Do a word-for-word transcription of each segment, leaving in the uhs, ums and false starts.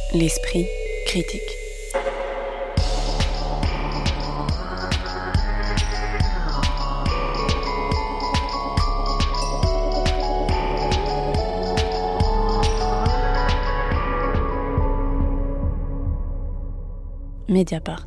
L'esprit critique. Mediapart.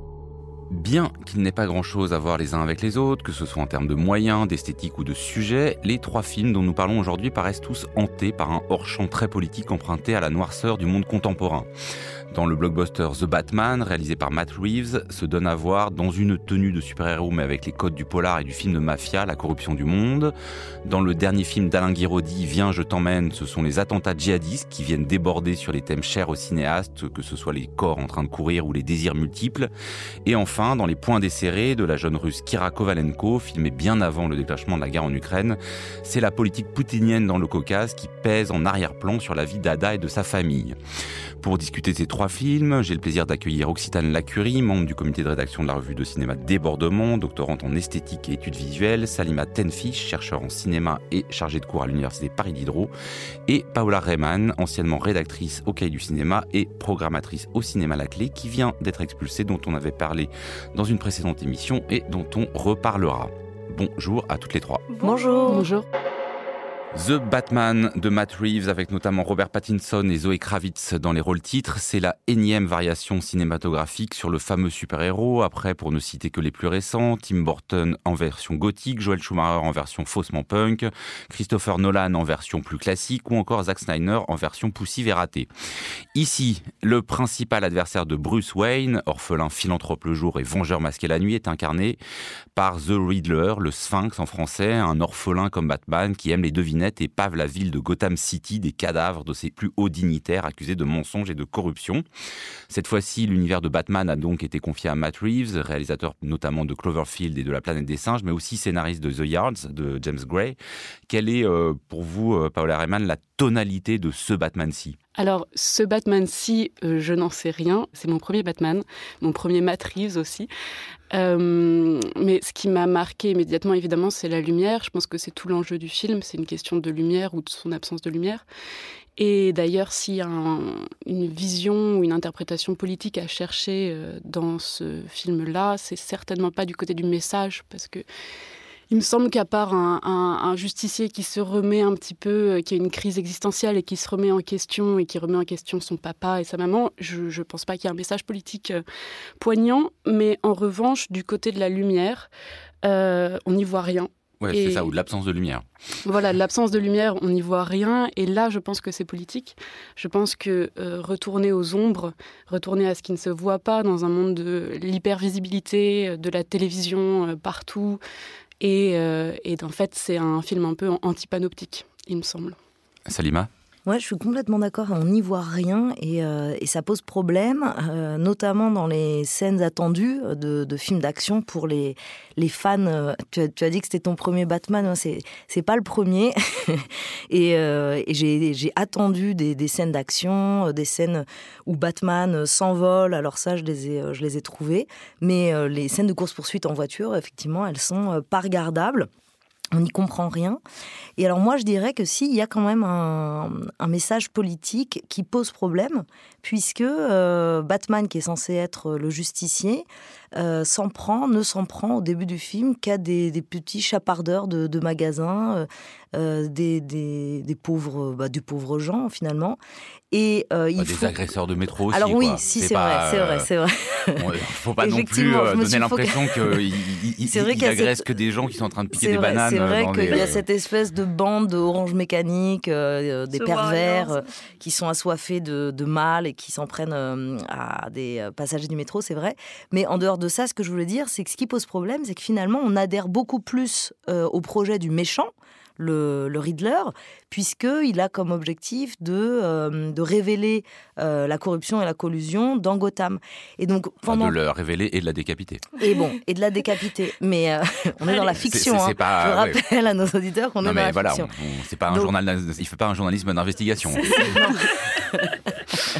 Bien qu'il n'ait pas grand-chose à voir les uns avec les autres, que ce soit en termes de moyens, d'esthétique ou de sujet, les trois films dont nous parlons aujourd'hui paraissent tous hantés par un hors-champ très politique emprunté à la noirceur du monde contemporain. Dans le blockbuster The Batman, réalisé par Matt Reeves, se donne à voir, dans une tenue de super-héros mais avec les codes du polar et du film de mafia, la corruption du monde. Dans le dernier film d'Alain Guiraudy, Viens, je t'emmène, ce sont les attentats djihadistes qui viennent déborder sur les thèmes chers aux cinéastes, que ce soit les corps en train de courir ou les désirs multiples. Et enfin, dans Les Poings desserrés de la jeune russe Kira Kovalenko, filmé bien avant le déclenchement de la guerre en Ukraine, c'est la politique poutinienne dans le Caucase qui pèse en arrière-plan sur la vie d'Ada et de sa famille. Pour discuter de ces trois films, j'ai le plaisir d'accueillir Occitane Lacurie, membre du comité de rédaction de la revue de cinéma Débordement, doctorante en esthétique et études visuelles, Salima Tenfish, chercheur en cinéma et chargée de cours à l'université Paris Diderot, et Paola Rehman, anciennement rédactrice au Cahier du cinéma et programmatrice au Cinéma La Clé, qui vient d'être expulsée, dont on avait parlé dans une précédente émission et dont on reparlera. Bonjour à toutes les trois. Bonjour. Bonjour. The Batman de Matt Reeves, avec notamment Robert Pattinson et Zoé Kravitz dans les rôles titres, c'est la énième variation cinématographique sur le fameux super-héros. Après, pour ne citer que les plus récents, Tim Burton en version gothique, Joel Schumacher en version faussement punk, Christopher Nolan en version plus classique ou encore Zack Snyder en version poussive et ratée. Ici, le principal adversaire de Bruce Wayne, orphelin philanthrope le jour et vengeur masqué la nuit, est incarné par The Riddler, le Sphinx en français, un orphelin comme Batman qui aime les devinettes et pave la ville de Gotham City des cadavres de ses plus hauts dignitaires accusés de mensonges et de corruption. Cette fois-ci, l'univers de Batman a donc été confié à Matt Reeves, réalisateur notamment de Cloverfield et de La Planète des Singes, mais aussi scénariste de The Yards de James Gray. Quelle est euh, pour vous, euh, Paola Rehman, la tonalité de ce Batman-ci ? Alors, ce Batman-ci, euh, je n'en sais rien. C'est mon premier Batman, mon premier Matt Reeves aussi. Euh, mais ce qui m'a marqué immédiatement, évidemment, c'est la lumière. Je pense que c'est tout l'enjeu du film. C'est une question de lumière ou de son absence de lumière. Et d'ailleurs, s'il y a un, une vision ou une interprétation politique à chercher euh, dans ce film-là, c'est certainement pas du côté du message, parce que il me semble qu'à part un, un, un justicier qui se remet un petit peu, qui a une crise existentielle et qui se remet en question et qui remet en question son papa et sa maman, je ne pense pas qu'il y ait un message politique euh, poignant. Mais en revanche, du côté de la lumière, euh, on n'y voit rien. Ouais, et c'est ça, ou de l'absence de lumière. Voilà, de l'absence de lumière, on n'y voit rien. Et là, je pense que c'est politique. Je pense que euh, retourner aux ombres, retourner à ce qui ne se voit pas dans un monde de l'hypervisibilité, de la télévision euh, partout, Et, euh, et en fait, c'est un film un peu antipanoptique, il me semble. Salima ? Ouais, je suis complètement d'accord, on n'y voit rien et, euh, et ça pose problème, euh, notamment dans les scènes attendues de, de films d'action pour les, les fans. Tu as, tu as dit que c'était ton premier Batman, hein, c'est, c'est pas le premier. et euh, et j'ai, j'ai attendu des, des scènes d'action, des scènes où Batman s'envole, alors ça, je les ai, je les ai trouvées. Mais euh, les scènes de course-poursuite en voiture, effectivement, elles sont pas regardables. On n'y comprend rien. Et alors moi, je dirais que si, il y a quand même un, un message politique qui pose problème, puisque euh, Batman, qui est censé être le justicier, euh, s'en prend, ne s'en prend au début du film qu'à des, des petits chapardeurs de, de magasins, euh, des, des, des pauvres, bah, des pauvres gens finalement. Et euh, il des faut... agresseurs de métro aussi. Alors oui, quoi. si c'est, c'est, pas, vrai, c'est vrai, c'est vrai, c'est vrai. Il ne faut pas non plus euh, donner l'impression qu'il il, il, il agresse cette... que des gens qui sont en train de piquer c'est des vrai, bananes. C'est vrai qu'il des... y a cette espèce de bande d'oranges mécaniques, euh, des pervers euh, qui sont assoiffés de, de mal et qui s'en prennent euh, à des passagers du métro, c'est vrai. Mais en dehors de ça, ce que je voulais dire, c'est que ce qui pose problème, c'est que finalement, on adhère beaucoup plus euh, au projet du méchant, Le, le Riddler, puisqu'il a comme objectif de, euh, de révéler euh, la corruption et la collusion dans Gotham. Et donc, pendant... De le révéler et de la décapiter. Et bon, et de la décapiter. Mais euh, on est dans la fiction. C'est, c'est, c'est hein. pas, Je rappelle ouais. à nos auditeurs qu'on non, est mais dans la voilà, fiction. On, on, c'est pas un donc... journal, il ne fait pas un journalisme d'investigation. Et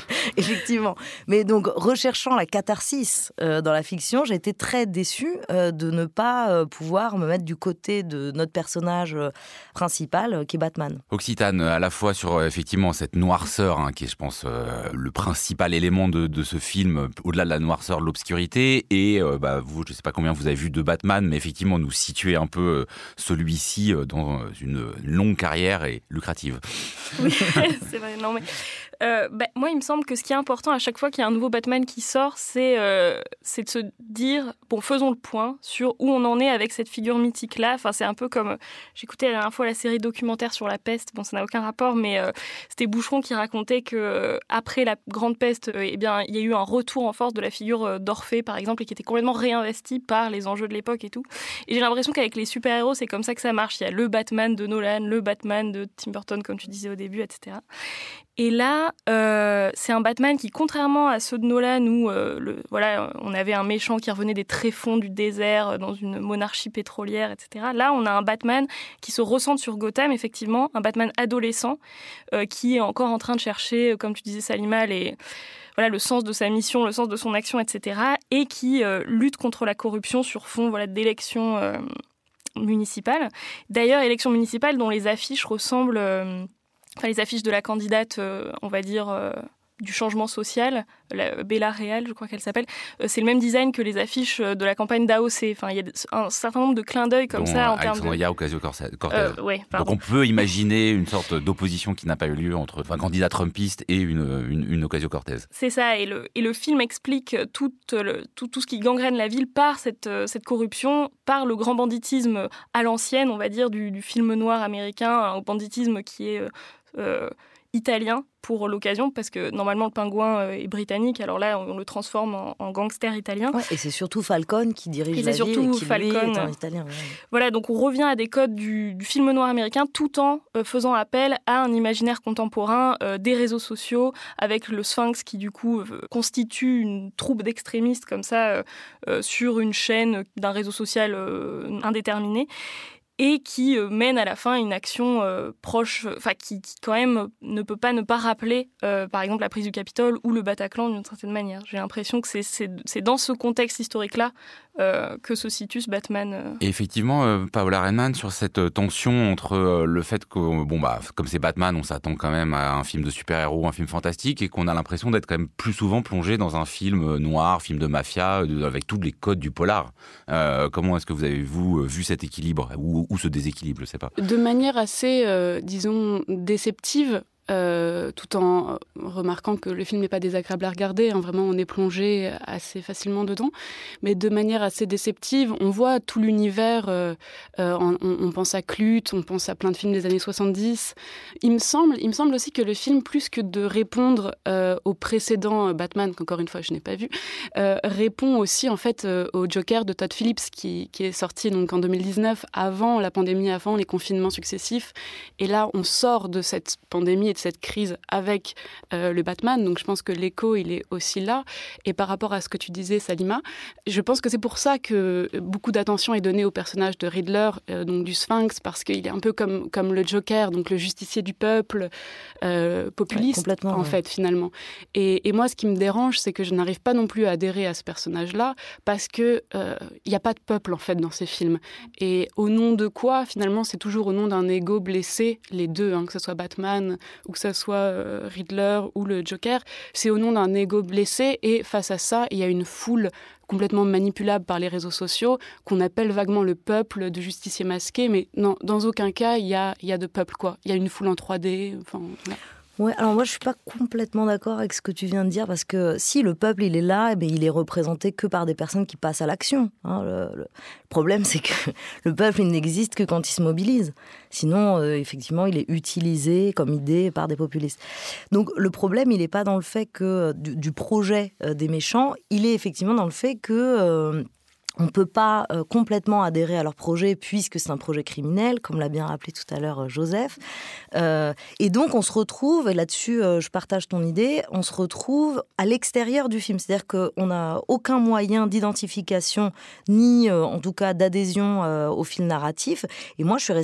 effectivement. Mais donc, recherchant la catharsis euh, dans la fiction, j'ai été très déçue euh, de ne pas euh, pouvoir me mettre du côté de notre personnage euh, principal, euh, qui est Batman. Occitane, à la fois sur euh, effectivement cette noirceur, hein, qui est, je pense, euh, le principal élément de, de ce film, euh, au-delà de la noirceur, de l'obscurité, et euh, bah, vous, je ne sais pas combien vous avez vu de Batman, mais effectivement, nous situer un peu euh, celui-ci euh, dans une longue carrière et lucrative. Oui, c'est vrai, non mais... Euh, bah, moi, il me semble que ce qui est important à chaque fois qu'il y a un nouveau Batman qui sort, c'est, euh, c'est de se dire, bon, faisons le point sur où on en est avec cette figure mythique-là. Enfin, c'est un peu comme, j'écoutais la dernière fois la série documentaire sur la peste, bon, ça n'a aucun rapport, mais euh, c'était Boucheron qui racontait que euh, après la grande peste, euh, eh bien, il y a eu un retour en force de la figure euh, d'Orphée, par exemple, et qui était complètement réinvestie par les enjeux de l'époque et tout. Et j'ai l'impression qu'avec les super-héros, c'est comme ça que ça marche. Il y a le Batman de Nolan, le Batman de Tim Burton, comme tu disais au début, et cetera. Et là, euh, c'est un Batman qui, contrairement à ceux de Nolan, où euh, le, voilà, on avait un méchant qui revenait des tréfonds du désert, dans une monarchie pétrolière, et cetera. Là, on a un Batman qui se ressent sur Gotham, effectivement, un Batman adolescent, euh, qui est encore en train de chercher, comme tu disais, Salima, les... Voilà, le sens de sa mission, le sens de son action, et cetera. Et qui euh, lutte contre la corruption sur fond voilà, d'élections euh, municipales. D'ailleurs, élections municipales dont les affiches ressemblent... Euh, Enfin, les affiches de la candidate, euh, on va dire, euh, du changement social, la Bella Réal, je crois qu'elle s'appelle, euh, c'est le même design que les affiches de la campagne d'A O C. Enfin, il y a un certain nombre de clins d'œil comme Dont ça en Alexandria termes de... Ocasio-Cortez. Euh, ouais, Donc on peut imaginer une sorte d'opposition qui n'a pas eu lieu entre un candidat trumpiste et une, une, une Ocasio-Cortez. C'est ça, et le, et le film explique tout, le, tout, tout ce qui gangrène la ville par cette, cette corruption, par le grand banditisme à l'ancienne, on va dire, du, du film noir américain, un banditisme qui est... Euh, italien pour l'occasion, parce que normalement le pingouin est britannique, alors là on le transforme en, en gangster italien. Ouais, et c'est surtout Falcone qui dirige et la c'est ville surtout et qui Falcone. lui est en italien. Ouais. Voilà, donc on revient à des codes du, du film noir américain tout en euh, faisant appel à un imaginaire contemporain euh, des réseaux sociaux, avec le Sphinx qui du coup euh, constitue une troupe d'extrémistes comme ça euh, euh, sur une chaîne d'un réseau social euh, indéterminé. Et qui euh, mène à la fin une action euh, proche, enfin qui, qui quand même ne peut pas ne pas rappeler, euh, par exemple, la prise du Capitole ou le Bataclan d'une certaine manière. J'ai l'impression que c'est, c'est, c'est dans ce contexte historique-là euh, que se situe ce Batman. Euh. Et effectivement, euh, Paola Reitman, sur cette tension entre euh, le fait que, bon bah, comme c'est Batman, on s'attend quand même à un film de super-héros, un film fantastique, et qu'on a l'impression d'être quand même plus souvent plongé dans un film noir, film de mafia, de, avec tous les codes du polar. Euh, comment est-ce que vous avez, vous, vu cet équilibre ou, ou ce déséquilibre, je sais pas. De manière assez, euh, disons, déceptive, euh, tout en remarquant que le film n'est pas désagréable à regarder, hein, vraiment on est plongé assez facilement dedans, mais de manière assez déceptive, on voit tout l'univers, euh, euh, on, on pense à Clute, on pense à plein de films des années soixante-dix. Il me semble, il me semble aussi que le film, plus que de répondre euh, au précédent Batman, qu'encore une fois je n'ai pas vu, euh, répond aussi en fait euh, au Joker de Todd Phillips qui, qui est sorti donc en deux mille dix-neuf, avant la pandémie, avant les confinements successifs, et là on sort de cette pandémie de cette crise avec euh, le Batman, donc je pense que l'écho il est aussi là. Et par rapport à ce que tu disais, Salima, je pense que c'est pour ça que beaucoup d'attention est donnée au personnage de Riddler, euh, donc du Sphinx, parce qu'il est un peu comme, comme le Joker, donc le justicier du peuple, euh, populiste ouais, en ouais. fait finalement. Et, et moi ce qui me dérange, c'est que je n'arrive pas non plus à adhérer à ce personnage-là, parce que il euh, n'y a pas de peuple en fait dans ces films. Et au nom de quoi, finalement, c'est toujours au nom d'un ego blessé, les deux, hein, que ce soit Batman ou que ce soit euh, Riddler ou le Joker, c'est au nom d'un ego blessé, et face à ça, il y a une foule complètement manipulable par les réseaux sociaux, qu'on appelle vaguement le peuple de justiciers masqués, mais non, dans aucun cas, il y a, il y a de peuple, quoi. Il y a une foule en trois D, enfin... Voilà. Ouais, alors moi je suis pas complètement d'accord avec ce que tu viens de dire, parce que si le peuple il est là, eh bien, il est représenté que par des personnes qui passent à l'action. Hein. Le, le problème c'est que le peuple il n'existe que quand il se mobilise. Sinon, euh, effectivement, il est utilisé comme idée par des populistes. Donc le problème il n'est pas dans le fait que du, du projet euh, des méchants, il est effectivement dans le fait que euh, on ne peut pas euh, complètement adhérer à leur projet puisque c'est un projet criminel, comme l'a bien rappelé tout à l'heure euh, Joseph. Euh, et donc, on se retrouve, et là-dessus, euh, je partage ton idée, on se retrouve à l'extérieur du film. C'est-à-dire qu'on n'a aucun moyen d'identification, ni euh, en tout cas d'adhésion euh, au fil narratif. Et moi, je suis restée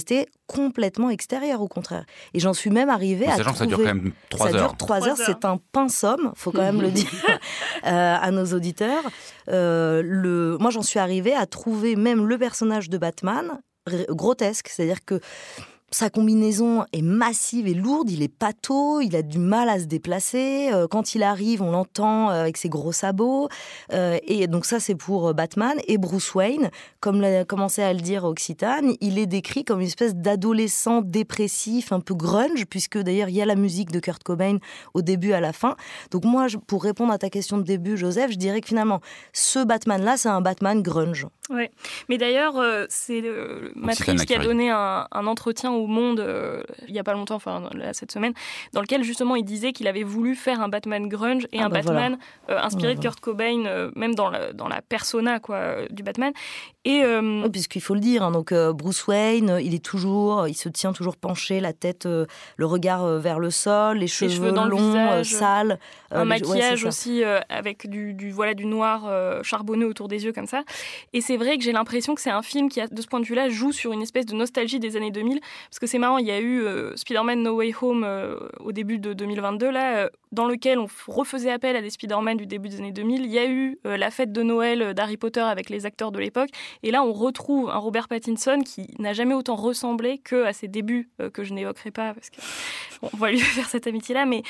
complètement extérieure, au contraire. Et j'en suis même arrivée bon, à sachant trouver... que ça dure quand même trois heures. Ça dure trois heures, c'est un pain somme, il faut quand même le dire euh, à nos auditeurs. Euh, le... Moi, j'en suis arrivée à trouver même le personnage de Batman r- grotesque, c'est-à-dire que sa combinaison est massive et lourde, il est pâteau, il a du mal à se déplacer. Euh, quand il arrive, on l'entend euh, avec ses gros sabots. Euh, et donc ça, c'est pour Batman. Et Bruce Wayne, comme l'a commencé à le dire Occitane, il est décrit comme une espèce d'adolescent dépressif, un peu grunge, puisque d'ailleurs, il y a la musique de Kurt Cobain au début et à la fin. Donc moi, pour répondre à ta question de début, Joseph, je dirais que finalement, ce Batman-là, c'est un Batman grunge. Oui, mais d'ailleurs, euh, c'est euh, Matrix qui a donné un, un entretien au Monde euh, il n'y a pas longtemps, enfin là, cette semaine, dans lequel justement il disait qu'il avait voulu faire un Batman grunge et ah un bah Batman voilà. euh, inspiré voilà. de Kurt Cobain, euh, même dans la, dans la persona quoi, euh, du Batman. Et euh... oui, puisqu'il faut le dire, hein, donc euh, Bruce Wayne, il est toujours, il se tient toujours penché, la tête, euh, le regard euh, vers le sol, les cheveux, les cheveux dans longs, le visage, euh, sales, un les... maquillage ouais, aussi euh, avec du, du voilà du noir euh, charbonné autour des yeux comme ça. Et c'est vrai que j'ai l'impression que c'est un film qui, de ce point de vue-là, joue sur une espèce de nostalgie des années deux mille, parce que c'est marrant, il y a eu euh, Spider-Man No Way Home euh, au début de deux mille vingt-deux là, euh, dans lequel on refaisait appel à des Spider-Man du début des années deux mille. Il y a eu euh, la fête de Noël d'Harry Potter avec les acteurs de l'époque. Et là, on retrouve un Robert Pattinson qui n'a jamais autant ressemblé qu'à ses débuts, euh, que je n'évoquerai pas, parce qu'on bon, va lui faire cette amitié-là, mais...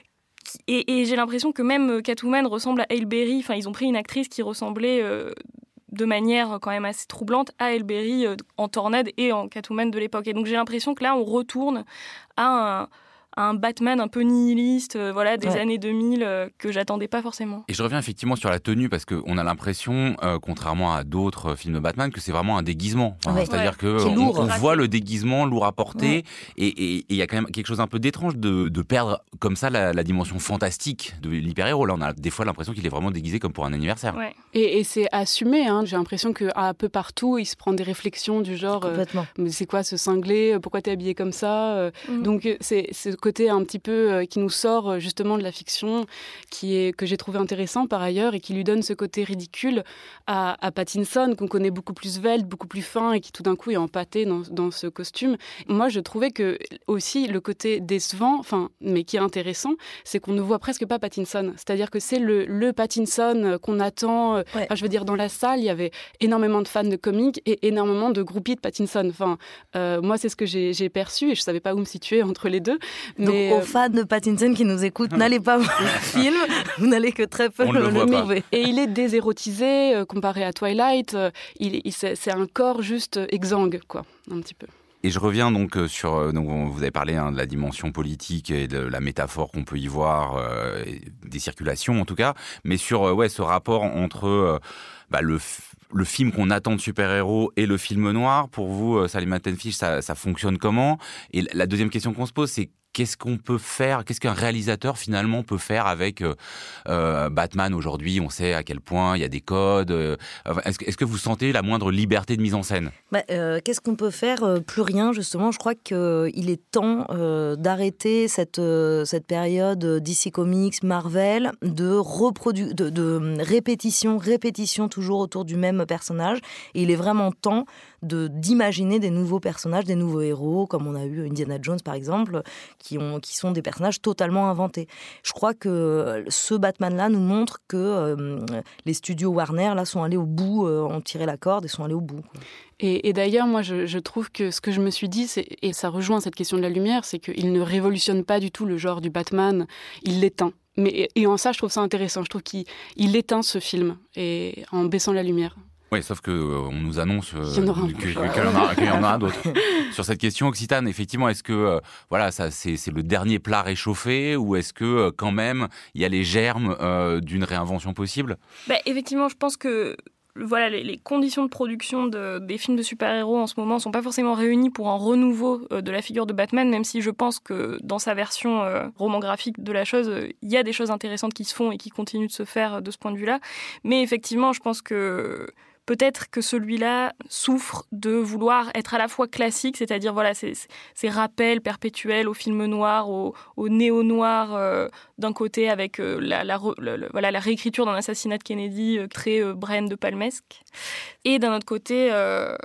Et, et j'ai l'impression que même Catwoman ressemble à Halle Berry. Enfin, ils ont pris une actrice qui ressemblait... Euh, de manière quand même assez troublante à Halle Berry euh, en Tornade et en Catwoman de l'époque. Et donc j'ai l'impression que là, on retourne à un... un Batman un peu nihiliste, euh, voilà, des ouais. années deux mille euh, que j'attendais pas forcément. Et je reviens effectivement sur la tenue parce qu'on a l'impression, euh, contrairement à d'autres films de Batman, que c'est vraiment un déguisement. Enfin, ouais. C'est-à-dire ouais. qu'on on voit le déguisement lourd à porter ouais. et il y a quand même quelque chose un peu d'étrange de, de perdre comme ça la, la dimension fantastique de l'hyper-héros. Là, on a des fois l'impression qu'il est vraiment déguisé comme pour un anniversaire. Ouais. Et, et c'est assumé, hein. J'ai l'impression qu'un peu partout, il se prend des réflexions du genre euh, mais c'est quoi ce cinglé ? Pourquoi t'es habillé comme ça ? mmh. Donc c'est, c'est côté un petit peu euh, qui nous sort justement de la fiction, qui est, que j'ai trouvé intéressant par ailleurs et qui lui donne ce côté ridicule à, à Pattinson, qu'on connaît beaucoup plus svelte, beaucoup plus fin et qui tout d'un coup est empâté dans, dans ce costume. Moi, je trouvais que aussi le côté décevant, enfin, mais qui est intéressant, c'est qu'on ne voit presque pas Pattinson. C'est-à-dire que c'est le, le Pattinson qu'on attend. Ouais. Enfin, je veux dire, dans la salle, il y avait énormément de fans de comics et énormément de groupies de Pattinson. Enfin, euh, moi, c'est ce que j'ai, j'ai perçu et je ne savais pas où me situer entre les deux. Mais, Donc, aux fans de Pattinson qui nous écoutent, n'allez pas voir le film, vous n'allez que très peu On le, le trouver. Et il est désérotisé euh, comparé à Twilight. Euh, il, il, c'est, c'est un corps juste exsangue, quoi, un petit peu. Et je reviens donc sur, donc vous avez parlé hein, de la dimension politique et de la métaphore qu'on peut y voir, euh, des circulations en tout cas, mais sur euh, ouais, ce rapport entre euh, bah, le, le film qu'on attend de super-héros et le film noir. Pour vous, Salima Tenfish, ça, ça fonctionne comment ? Et la deuxième question qu'on se pose, c'est qu'est-ce qu'on peut faire, qu'est-ce qu'un réalisateur finalement peut faire avec euh, Batman aujourd'hui ? On sait à quel point il y a des codes. Euh, est-ce, est-ce que vous sentez la moindre liberté de mise en scène ? bah, euh, Qu'est-ce qu'on peut faire ? euh, Plus rien, justement. Je crois qu'il euh, est temps euh, d'arrêter cette, euh, cette période D C Comics, Marvel, de, reprodu- de, de répétition, répétition toujours autour du même personnage. Et il est vraiment temps de, d'imaginer des nouveaux personnages, des nouveaux héros, comme on a eu Indiana Jones par exemple, qui, ont, qui sont des personnages totalement inventés. Je crois que ce Batman-là nous montre que euh, les studios Warner là, sont allés au bout, euh, ont tiré la corde et sont allés au bout. Quoi. Et, et d'ailleurs, moi, je, je trouve que ce que je me suis dit, c'est, et ça rejoint cette question de la lumière, c'est qu'il ne révolutionne pas du tout le genre du Batman, il l'éteint. Mais, et, et en ça, je trouve ça intéressant. Je trouve qu'il il éteint ce film et, en baissant la lumière. Oui, sauf qu'on euh, nous annonce euh, qu'il y en aura, que, que, qu'il y en aura, qu'il y en aura d'autres. Sur cette question, Occitane, effectivement, est-ce que euh, voilà, ça, c'est, c'est le dernier plat réchauffé ou est-ce que euh, quand même il y a les germes euh, d'une réinvention possible ? bah, Effectivement, je pense que voilà, les, les conditions de production de, des films de super-héros en ce moment ne sont pas forcément réunies pour un renouveau euh, de la figure de Batman, même si je pense que dans sa version euh, roman graphique de la chose, il euh, y a des choses intéressantes qui se font et qui continuent de se faire euh, de ce point de vue-là. Mais effectivement, je pense que peut-être que celui-là souffre de vouloir être à la fois classique, c'est-à-dire voilà, ces, ces rappels perpétuels au film noir, au, au néo-noir euh, d'un côté avec euh, la, la, la, la, voilà, la réécriture d'un assassinat de Kennedy euh, très euh, Brian De Palmesque, et d'un autre côté... Euh,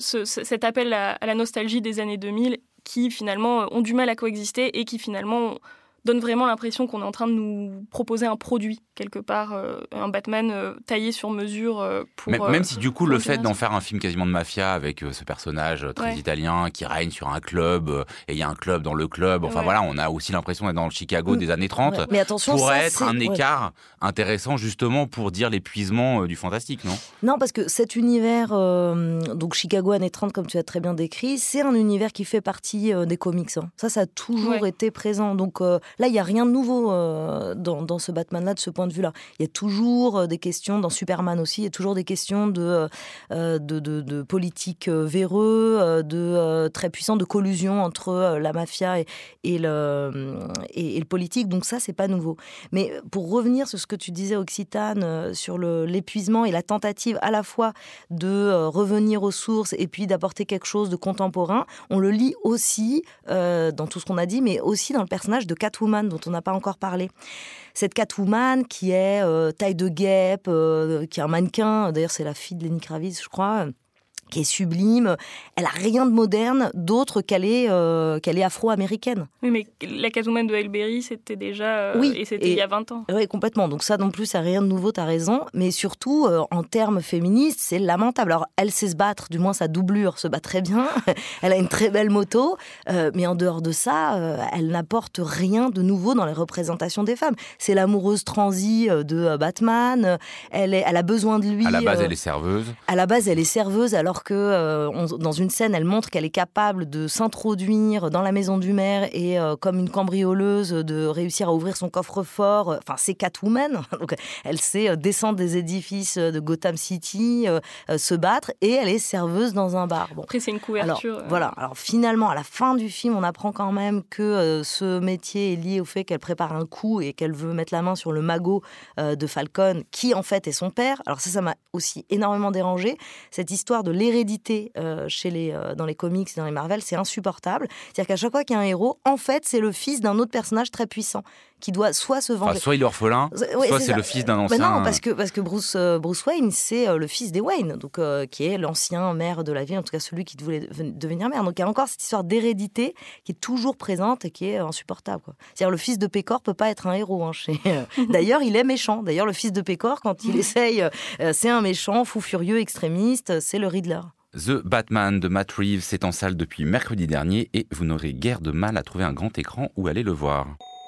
ce, cet appel à, à la nostalgie des années deux mille qui finalement ont du mal à coexister et qui finalement donne vraiment l'impression qu'on est en train de nous proposer un produit, quelque part, euh, un Batman euh, taillé sur mesure euh, pour... Même, euh, même si du coup, le fait d'en faire un film quasiment de mafia avec euh, ce personnage très ouais. italien qui règne sur un club, euh, et il y a un club dans le club, enfin ouais. voilà, on a aussi l'impression d'être dans le Chicago mmh. des années trente, ouais. Mais attention, pourrait ça, être un ouais. écart intéressant justement pour dire l'épuisement euh, du fantastique, non ? Non, parce que cet univers, euh, donc Chicago années trente, comme tu as très bien décrit, c'est un univers qui fait partie euh, des comics. Hein. Ça, ça a toujours ouais. été présent. Donc euh, là, il n'y a rien de nouveau euh, dans, dans ce Batman-là, de ce point de vue-là. Il y a toujours euh, des questions, dans Superman aussi, il y a toujours des questions de, euh, de, de, de politique euh, véreux, euh, de euh, très puissant, de collusion entre euh, la mafia et, et, le, et, et le politique. Donc ça, c'est pas nouveau. Mais pour revenir sur ce que tu disais, Occitane, euh, sur le, l'épuisement et la tentative à la fois de euh, revenir aux sources et puis d'apporter quelque chose de contemporain, on le lit aussi euh, dans tout ce qu'on a dit, mais aussi dans le personnage de Catwoman, dont on n'a pas encore parlé. Cette Catwoman qui est euh, taille de guêpe, euh, qui est un mannequin, d'ailleurs c'est la fille de Lenny Kravitz, je crois, qui est sublime, elle a rien de moderne d'autre qu'elle est, euh, qu'elle est afro-américaine. Oui, mais la Catwoman de Halle Berry, c'était déjà... Euh, oui, et c'était et, il y a vingt ans. Oui, complètement. Donc ça non plus, ça n'a rien de nouveau, t'as raison. Mais surtout, euh, en termes féministes, c'est lamentable. Alors, elle sait se battre, du moins sa doublure se bat très bien. Elle a une très belle moto. Euh, mais en dehors de ça, euh, elle n'apporte rien de nouveau dans les représentations des femmes. C'est l'amoureuse transie de Batman. Elle, est, elle a besoin de lui. À la base, euh, elle est serveuse. À la base, elle est serveuse, alors que euh, on, dans une scène, elle montre qu'elle est capable de s'introduire dans la maison du maire et euh, comme une cambrioleuse de réussir à ouvrir son coffre-fort. Enfin, c'est Catwoman. Donc, elle sait euh, descendre des édifices de Gotham City, euh, euh, se battre, et elle est serveuse dans un bar. Bon. Après, c'est une couverture. Alors, euh... Voilà. Alors finalement, à la fin du film, on apprend quand même que euh, ce métier est lié au fait qu'elle prépare un coup et qu'elle veut mettre la main sur le magot euh, de Falcon, qui en fait est son père. Alors ça, ça m'a aussi énormément dérangée. Cette histoire de l'hérédité euh, chez les, euh, dans les comics et dans les Marvel, c'est insupportable. C'est-à-dire qu'à chaque fois qu'il y a un héros, en fait, c'est le fils d'un autre personnage très puissant qui doit soit se venger. Enfin, soit il est orphelin, ouais, soit c'est, c'est ça. le fils d'un ancien... Ben non, parce que, parce que Bruce, euh, Bruce Wayne, c'est euh, le fils des Wayne, donc, euh, qui est l'ancien maire de la ville, en tout cas celui qui voulait devenir maire. Donc il y a encore cette histoire d'hérédité qui est toujours présente et qui est insupportable, quoi. C'est-à-dire le fils de Pécor ne peut pas être un héros. Hein, chez... D'ailleurs, il est méchant. D'ailleurs, le fils de Pécor, quand il essaye, euh, c'est un méchant, fou furieux, extrémiste, c'est le Riddler. The Batman de Matt Reeves est en salle depuis mercredi dernier et vous n'aurez guère de mal à trouver un grand écran où aller le voir.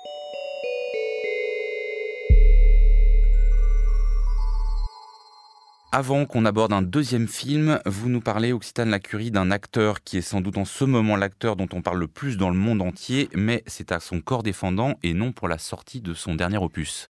Avant qu'on aborde un deuxième film, vous nous parlez, Occitane Lacurie, d'un acteur qui est sans doute en ce moment l'acteur dont on parle le plus dans le monde entier, mais c'est à son corps défendant et non pour la sortie de son dernier opus.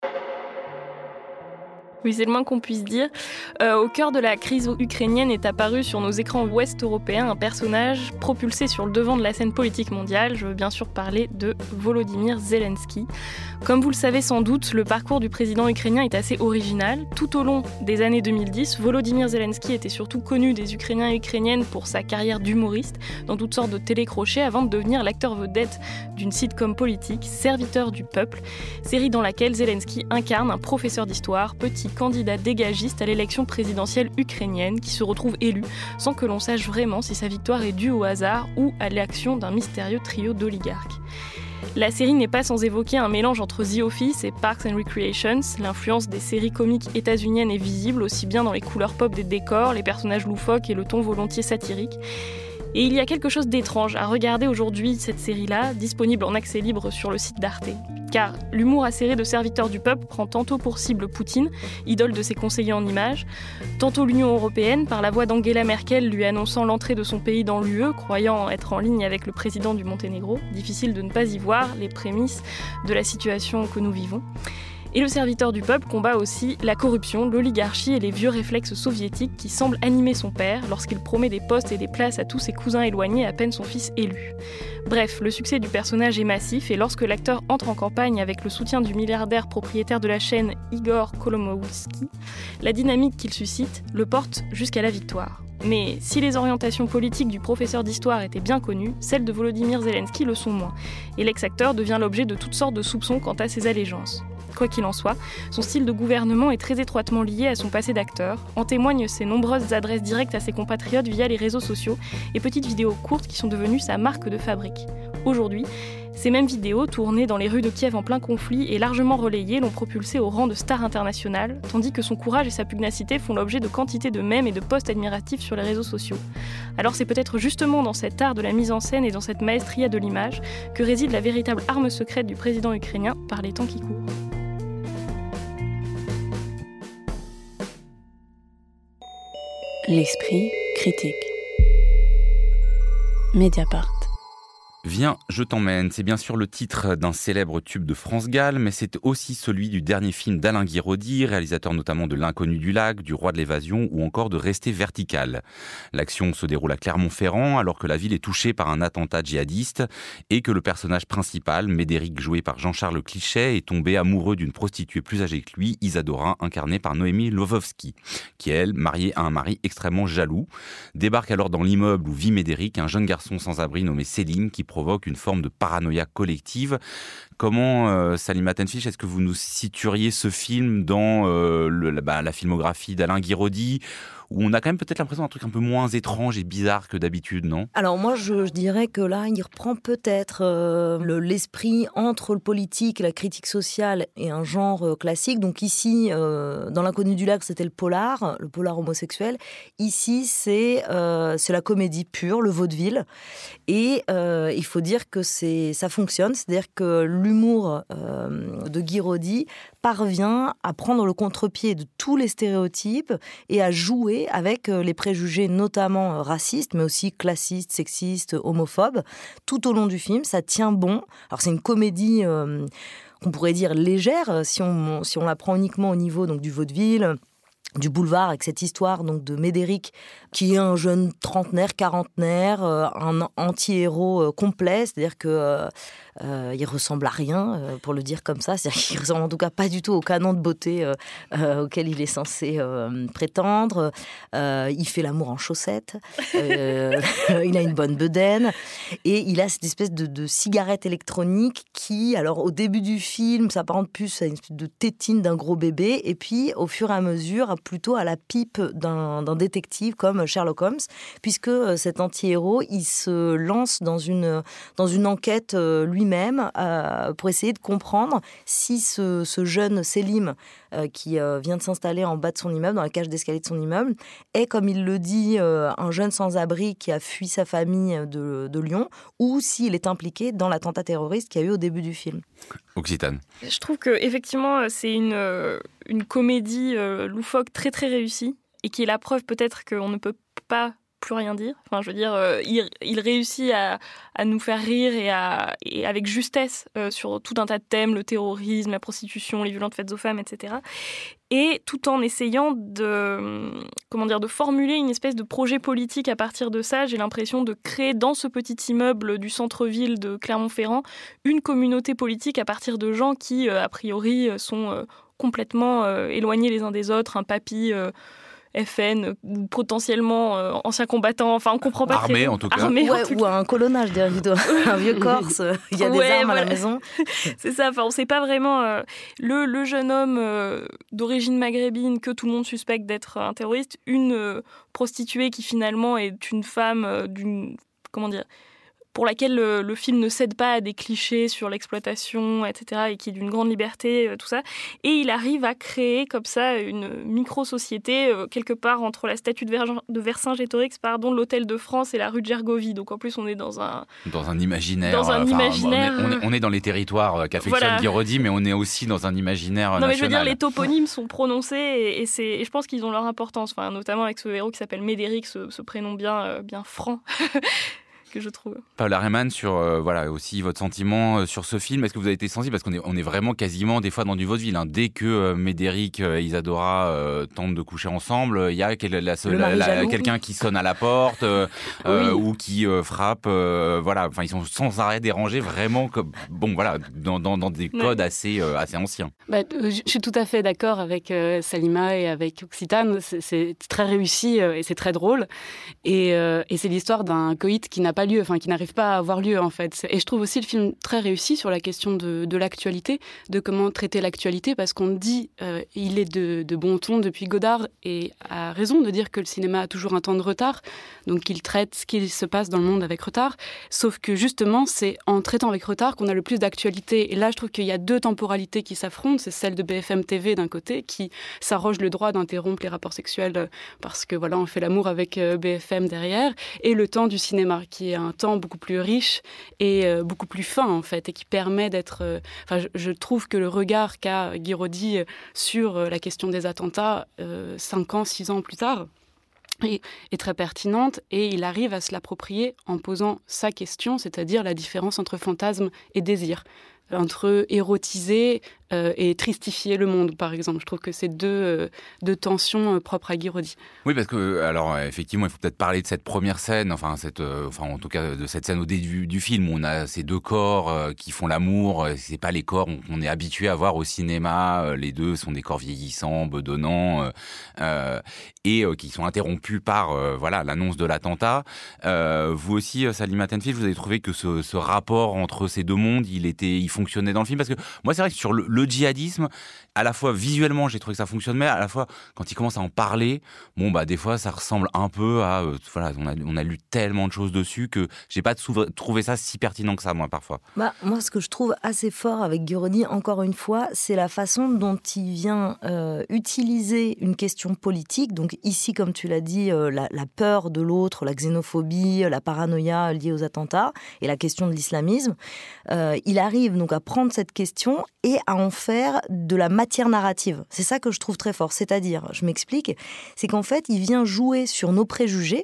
Oui, c'est le moins qu'on puisse dire. Euh, au cœur de la crise ukrainienne est apparu sur nos écrans ouest européens un personnage propulsé sur le devant de la scène politique mondiale. Je veux bien sûr parler de Volodymyr Zelensky. Comme vous le savez sans doute, le parcours du président ukrainien est assez original. Tout au long des années deux mille dix, Volodymyr Zelensky était surtout connu des Ukrainiens et Ukrainiennes pour sa carrière d'humoriste dans toutes sortes de télécrochets avant de devenir l'acteur vedette d'une sitcom politique, Serviteur du peuple, série dans laquelle Zelensky incarne un professeur d'histoire, petit candidat dégagiste à l'élection présidentielle ukrainienne qui se retrouve élu sans que l'on sache vraiment si sa victoire est due au hasard ou à l'action d'un mystérieux trio d'oligarques. La série n'est pas sans évoquer un mélange entre The Office et Parks and Recreations. L'influence des séries comiques états-uniennes est visible aussi bien dans les couleurs pop des décors, les personnages loufoques et le ton volontiers satirique. Et il y a quelque chose d'étrange à regarder aujourd'hui cette série-là, disponible en accès libre sur le site d'Arte. Car l'humour acéré de Serviteur du peuple prend tantôt pour cible Poutine, idole de ses conseillers en images, tantôt l'Union européenne, par la voix d'Angela Merkel lui annonçant l'entrée de son pays dans l'U E, croyant être en ligne avec le président du Monténégro. Difficile de ne pas y voir les prémices de la situation que nous vivons. Et le Serviteur du peuple combat aussi la corruption, l'oligarchie et les vieux réflexes soviétiques qui semblent animer son père lorsqu'il promet des postes et des places à tous ses cousins éloignés à peine son fils élu. Bref, le succès du personnage est massif et lorsque l'acteur entre en campagne avec le soutien du milliardaire propriétaire de la chaîne Igor Kolomoïski, la dynamique qu'il suscite le porte jusqu'à la victoire. Mais si les orientations politiques du professeur d'histoire étaient bien connues, celles de Volodymyr Zelensky le sont moins, et l'ex-acteur devient l'objet de toutes sortes de soupçons quant à ses allégeances. Quoi qu'il en soit, son style de gouvernement est très étroitement lié à son passé d'acteur. En témoignent ses nombreuses adresses directes à ses compatriotes via les réseaux sociaux et petites vidéos courtes qui sont devenues sa marque de fabrique. Aujourd'hui, ces mêmes vidéos, tournées dans les rues de Kiev en plein conflit et largement relayées, l'ont propulsé au rang de star internationale, tandis que son courage et sa pugnacité font l'objet de quantité de mèmes et de posts admiratifs sur les réseaux sociaux. Alors c'est peut-être justement dans cet art de la mise en scène et dans cette maestria de l'image que réside la véritable arme secrète du président ukrainien par les temps qui courent. L'esprit critique. Mediapart. Viens, je t'emmène, c'est bien sûr le titre d'un célèbre tube de France Gall, mais c'est aussi celui du dernier film d'Alain Guiraudy, réalisateur notamment de L'Inconnu du lac, du Roi de l'évasion ou encore de Rester vertical. L'action se déroule à Clermont-Ferrand alors que la ville est touchée par un attentat djihadiste et que le personnage principal, Médéric joué par Jean-Charles Clichet, est tombé amoureux d'une prostituée plus âgée que lui, Isadora, incarnée par Noémie Lvovsky, qui elle, mariée à un mari extrêmement jaloux, débarque alors dans l'immeuble où vit Médéric, un jeune garçon sans abri nommé Céline qui provoque une forme de paranoïa collective. Comment, euh, Salima Tenfish, est-ce que vous nous situeriez ce film dans euh, le, bah, la filmographie d'Alain Guiraudy, où on a quand même peut-être l'impression d'un truc un peu moins étrange et bizarre que d'habitude, non ? Alors moi, je, je dirais que là, il reprend peut-être euh, le, l'esprit entre le politique, la critique sociale et un genre euh, classique. Donc ici, euh, dans L'Inconnu du lac, c'était le polar, le polar homosexuel. Ici, c'est, euh, c'est la comédie pure, le vaudeville. Et euh, il faut dire que c'est, ça fonctionne, c'est-à-dire que l'humour euh, de Guiraudy parvient à prendre le contre-pied de tous les stéréotypes et à jouer avec les préjugés notamment racistes, mais aussi classistes, sexistes, homophobes. Tout au long du film, ça tient bon. Alors c'est une comédie euh, qu'on pourrait dire légère, si on, si on la prend uniquement au niveau donc, du vaudeville, du boulevard, avec cette histoire donc de Médéric, qui est un jeune trentenaire, quarantenaire, euh, un anti-héros euh, complet, c'est-à-dire que euh, euh, il ressemble à rien, euh, pour le dire comme ça, c'est-à-dire qu'il ressemble en tout cas pas du tout au canon de beauté euh, euh, auquel il est censé euh, prétendre. Euh, il fait l'amour en chaussettes, euh, il a une bonne bedaine, et il a cette espèce de, de cigarette électronique qui, alors au début du film, s'apparente plus à une espèce de tétine d'un gros bébé, et puis au fur et à mesure, plutôt à la pipe d'un, d'un détective comme Sherlock Holmes, puisque cet anti-héros, il se lance dans une, dans une enquête euh, lui-même euh, pour essayer de comprendre si ce, ce jeune Selim, euh, qui euh, vient de s'installer en bas de son immeuble, dans la cage d'escalier de son immeuble, est, comme il le dit, euh, un jeune sans-abri qui a fui sa famille de, de Lyon, ou s'il est impliqué dans l'attentat terroriste qu'il y a eu au début du film. Occitane. Je trouve qu'effectivement, c'est une, une comédie euh, loufoque très très réussie et qui est la preuve peut-être qu'on ne peut pas plus rien dire. Enfin, je veux dire, euh, il, il réussit à, à nous faire rire et, à, et avec justesse euh, sur tout un tas de thèmes, le terrorisme, la prostitution, les violences faites aux femmes, et cetera. Et tout en essayant de, comment dire, de formuler une espèce de projet politique à partir de ça. J'ai l'impression de créer dans ce petit immeuble du centre-ville de Clermont-Ferrand une communauté politique à partir de gens qui, euh, a priori, sont euh, complètement euh, éloignés les uns des autres. Un papy... Euh, F N ou potentiellement euh, ancien combattant, enfin on comprend pas armé très en tout cas. Armé, ouais, en tout ou un colonnage, un vieux Corse, il y a des ouais, armes voilà. à la maison. C'est ça, enfin on sait pas vraiment euh, le, le jeune homme euh, d'origine maghrébine que tout le monde suspecte d'être un terroriste, une euh, prostituée qui finalement est une femme euh, d'une, comment dire, pour laquelle le, le film ne cède pas à des clichés sur l'exploitation, et cetera, et qui est d'une grande liberté, euh, tout ça. Et il arrive à créer comme ça une micro-société, euh, quelque part entre la statue de, Ver- de Vercingétorix, pardon, l'Hôtel de France et la rue de Gergovie. Donc en plus, on est dans un... Dans un imaginaire. Dans un enfin, imaginaire... On est, on, est, on est dans les territoires qu'affectionne voilà. Guiraudy, mais on est aussi dans un imaginaire non, national. Mais je veux dire, les toponymes sont prononcés et, et, c'est, et je pense qu'ils ont leur importance, enfin, notamment avec ce héros qui s'appelle Médéric, ce, ce prénom bien, euh, bien franc. Que je trouve. Paola Rehman, sur euh, voilà aussi votre sentiment euh, sur ce film, est-ce que vous avez été sensible parce qu'on est on est vraiment quasiment des fois dans du vaudeville. Hein. Dès que euh, Médéric et Isadora euh, tentent de coucher ensemble, il y a quel, la, la, la, quelqu'un qui sonne à la porte euh, oui. euh, ou qui euh, frappe. Euh, voilà, enfin ils sont sans arrêt dérangés, vraiment comme bon voilà dans, dans, dans des codes ouais. assez euh, assez anciens. Bah, je suis tout à fait d'accord avec euh, Salima et avec Occitane. C'est, c'est très réussi euh, et c'est très drôle. Et, euh, et c'est l'histoire d'un coït qui n'a pas pas lieu, enfin qui n'arrive pas à avoir lieu en fait. Et je trouve aussi le film très réussi sur la question de, de l'actualité, de comment traiter l'actualité, parce qu'on dit, euh, il est de, de bon ton depuis Godard, et a raison de dire que le cinéma a toujours un temps de retard, donc il traite ce qui se passe dans le monde avec retard, sauf que justement c'est en traitant avec retard qu'on a le plus d'actualité. Et là je trouve qu'il y a deux temporalités qui s'affrontent, c'est celle de B F M T V d'un côté, qui s'arroge le droit d'interrompre les rapports sexuels parce que voilà, on fait l'amour avec B F M derrière, et le temps du cinéma, qui est un temps beaucoup plus riche et euh, beaucoup plus fin en fait, et qui permet d'être... Euh, enfin, je, je trouve que le regard qu'a Guiraudy sur euh, la question des attentats, euh, cinq ans, six ans plus tard, est, est très pertinente, et il arrive à se l'approprier en posant sa question, c'est-à-dire la différence entre fantasme et désir, entre érotiser euh, et tristifier le monde, par exemple. Je trouve que c'est deux, euh, deux tensions euh, propres à Guiraudy. Oui, parce que, alors, effectivement, il faut peut-être parler de cette première scène, enfin, cette, euh, enfin en tout cas, de cette scène au début du film, où on a ces deux corps euh, qui font l'amour. C'est pas les corps qu'on est habitué à voir au cinéma. Les deux sont des corps vieillissants, bedonnants, euh, euh, et euh, qui sont interrompus par, euh, voilà, l'annonce de l'attentat. Euh, vous aussi, Salim Attenfield, vous avez trouvé que ce, ce rapport entre ces deux mondes, il était, il fonctionnait dans le film? Parce que moi, c'est vrai que sur le, le djihadisme, à la fois visuellement, j'ai trouvé que ça fonctionne, mais à la fois, quand il commence à en parler, bon, bah, des fois, ça ressemble un peu à, euh, voilà, on a, on a lu tellement de choses dessus que j'ai pas trouvé ça si pertinent que ça, moi, parfois. Bah, moi, ce que je trouve assez fort avec Guiraudy, encore une fois, c'est la façon dont il vient euh, utiliser une question politique. Donc ici, comme tu l'as dit, euh, la, la peur de l'autre, la xénophobie, la paranoïa liée aux attentats et la question de l'islamisme. Euh, il arrive donc à prendre cette question et à en faire de la matière narrative. C'est ça que je trouve très fort. C'est-à-dire, je m'explique, c'est qu'en fait, il vient jouer sur nos préjugés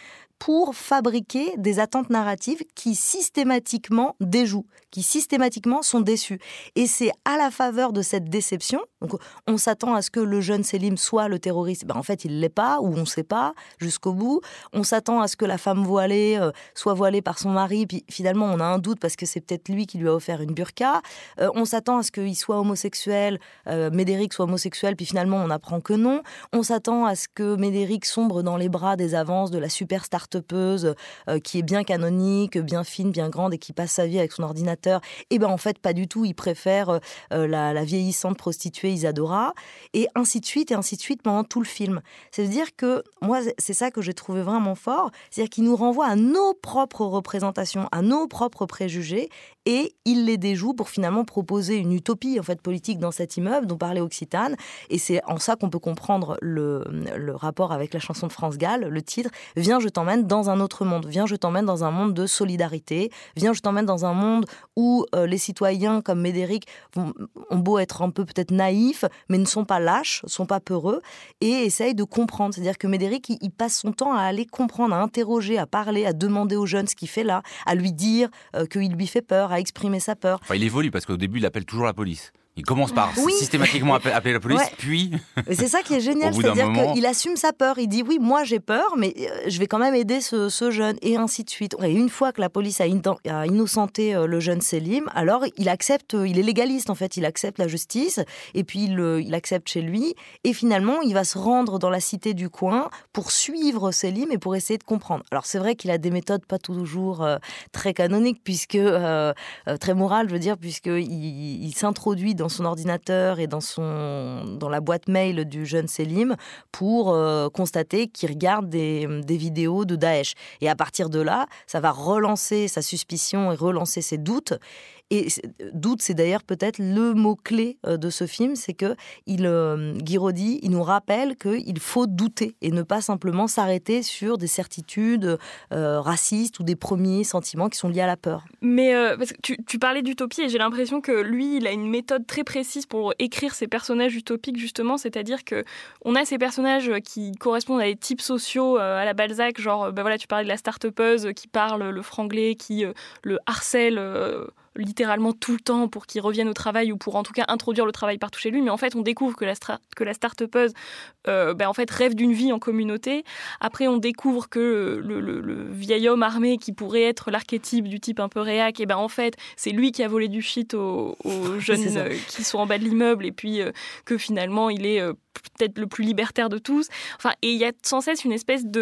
pour fabriquer des attentes narratives qui systématiquement déjouent, qui systématiquement sont déçues. Et c'est à la faveur de cette déception, donc on s'attend à ce que le jeune Selim soit le terroriste, ben en fait il ne l'est pas, ou on ne sait pas jusqu'au bout. On s'attend à ce que la femme voilée euh, soit voilée par son mari, puis finalement on a un doute parce que c'est peut-être lui qui lui a offert une burqa. Euh, on s'attend à ce qu'il soit homosexuel, euh, Médéric soit homosexuel, puis finalement on apprend que non. On s'attend à ce que Médéric sombre dans les bras des avances de la super start-upeuse euh, qui est bien canonique, bien fine, bien grande et qui passe sa vie avec son ordinateur. Et ben en fait pas du tout, il préfère euh, la, la vieillissante prostituée Isadora, et ainsi de suite et ainsi de suite pendant tout le film. C'est-à-dire que moi c'est ça que j'ai trouvé vraiment fort, c'est-à-dire qu'il nous renvoie à nos propres représentations, à nos propres préjugés, et il les déjoue pour finalement proposer une utopie en fait politique dans cet immeuble dont parlait Occitane. Et c'est en ça qu'on peut comprendre le, le rapport avec la chanson de France Gall, le titre « Viens, je t'emmène dans un autre monde ». Viens, je t'emmène dans un monde de solidarité. Viens, je t'emmène dans un monde où euh, les citoyens comme Médéric vont, ont beau être un peu peut-être naïfs, mais ne sont pas lâches, ne sont pas peureux, et essayent de comprendre. C'est-à-dire que Médéric, il, il passe son temps à aller comprendre, à interroger, à parler, à demander aux jeunes ce qu'il fait là, à lui dire euh, qu'il lui fait peur, à exprimer sa peur. Enfin, il évolue parce qu'au début, il appelle toujours la police. Il commence par oui. systématiquement appeler la police, ouais. puis... Mais c'est ça qui est génial, c'est-à-dire moment... qu'il assume sa peur. Il dit, oui, moi j'ai peur, mais je vais quand même aider ce, ce jeune, et ainsi de suite. Et une fois que la police a, in- a innocenté le jeune Selim, alors il accepte, il est légaliste en fait, il accepte la justice, et puis il, il accepte chez lui, et finalement il va se rendre dans la cité du coin pour suivre Selim et pour essayer de comprendre. Alors c'est vrai qu'il a des méthodes pas toujours euh, très canoniques, puisque, euh, euh, très morales, je veux dire, puisqu'il il s'introduit dans dans son ordinateur et dans, son, dans la boîte mail du jeune Selim pour euh, constater qu'il regarde des, des vidéos de Daesh. Et à partir de là, ça va relancer sa suspicion et relancer ses doutes. Et doute, c'est d'ailleurs peut-être le mot-clé de ce film, c'est que il, euh, Guiraudy, il nous rappelle qu'il faut douter et ne pas simplement s'arrêter sur des certitudes euh, racistes ou des premiers sentiments qui sont liés à la peur. Mais euh, parce que tu, tu parlais d'utopie et j'ai l'impression que lui, il a une méthode très précise pour écrire ses personnages utopiques, justement, c'est-à-dire qu'on a ces personnages qui correspondent à des types sociaux euh, à la Balzac, genre, ben voilà, tu parlais de la start-upeuse qui parle le franglais, qui euh, le harcèle euh, littéralement tout le temps pour qu'il revienne au travail ou pour en tout cas introduire le travail partout chez lui, mais en fait on découvre que la, stra- que la start-upeuse euh, ben en fait rêve d'une vie en communauté. Après on découvre que le, le, le vieil homme armé qui pourrait être l'archétype du type un peu réac, et ben en fait c'est lui qui a volé du shit aux, aux jeunes euh, qui sont en bas de l'immeuble, et puis euh, que finalement il est euh, peut-être le plus libertaire de tous. Enfin, et il y a sans cesse une espèce de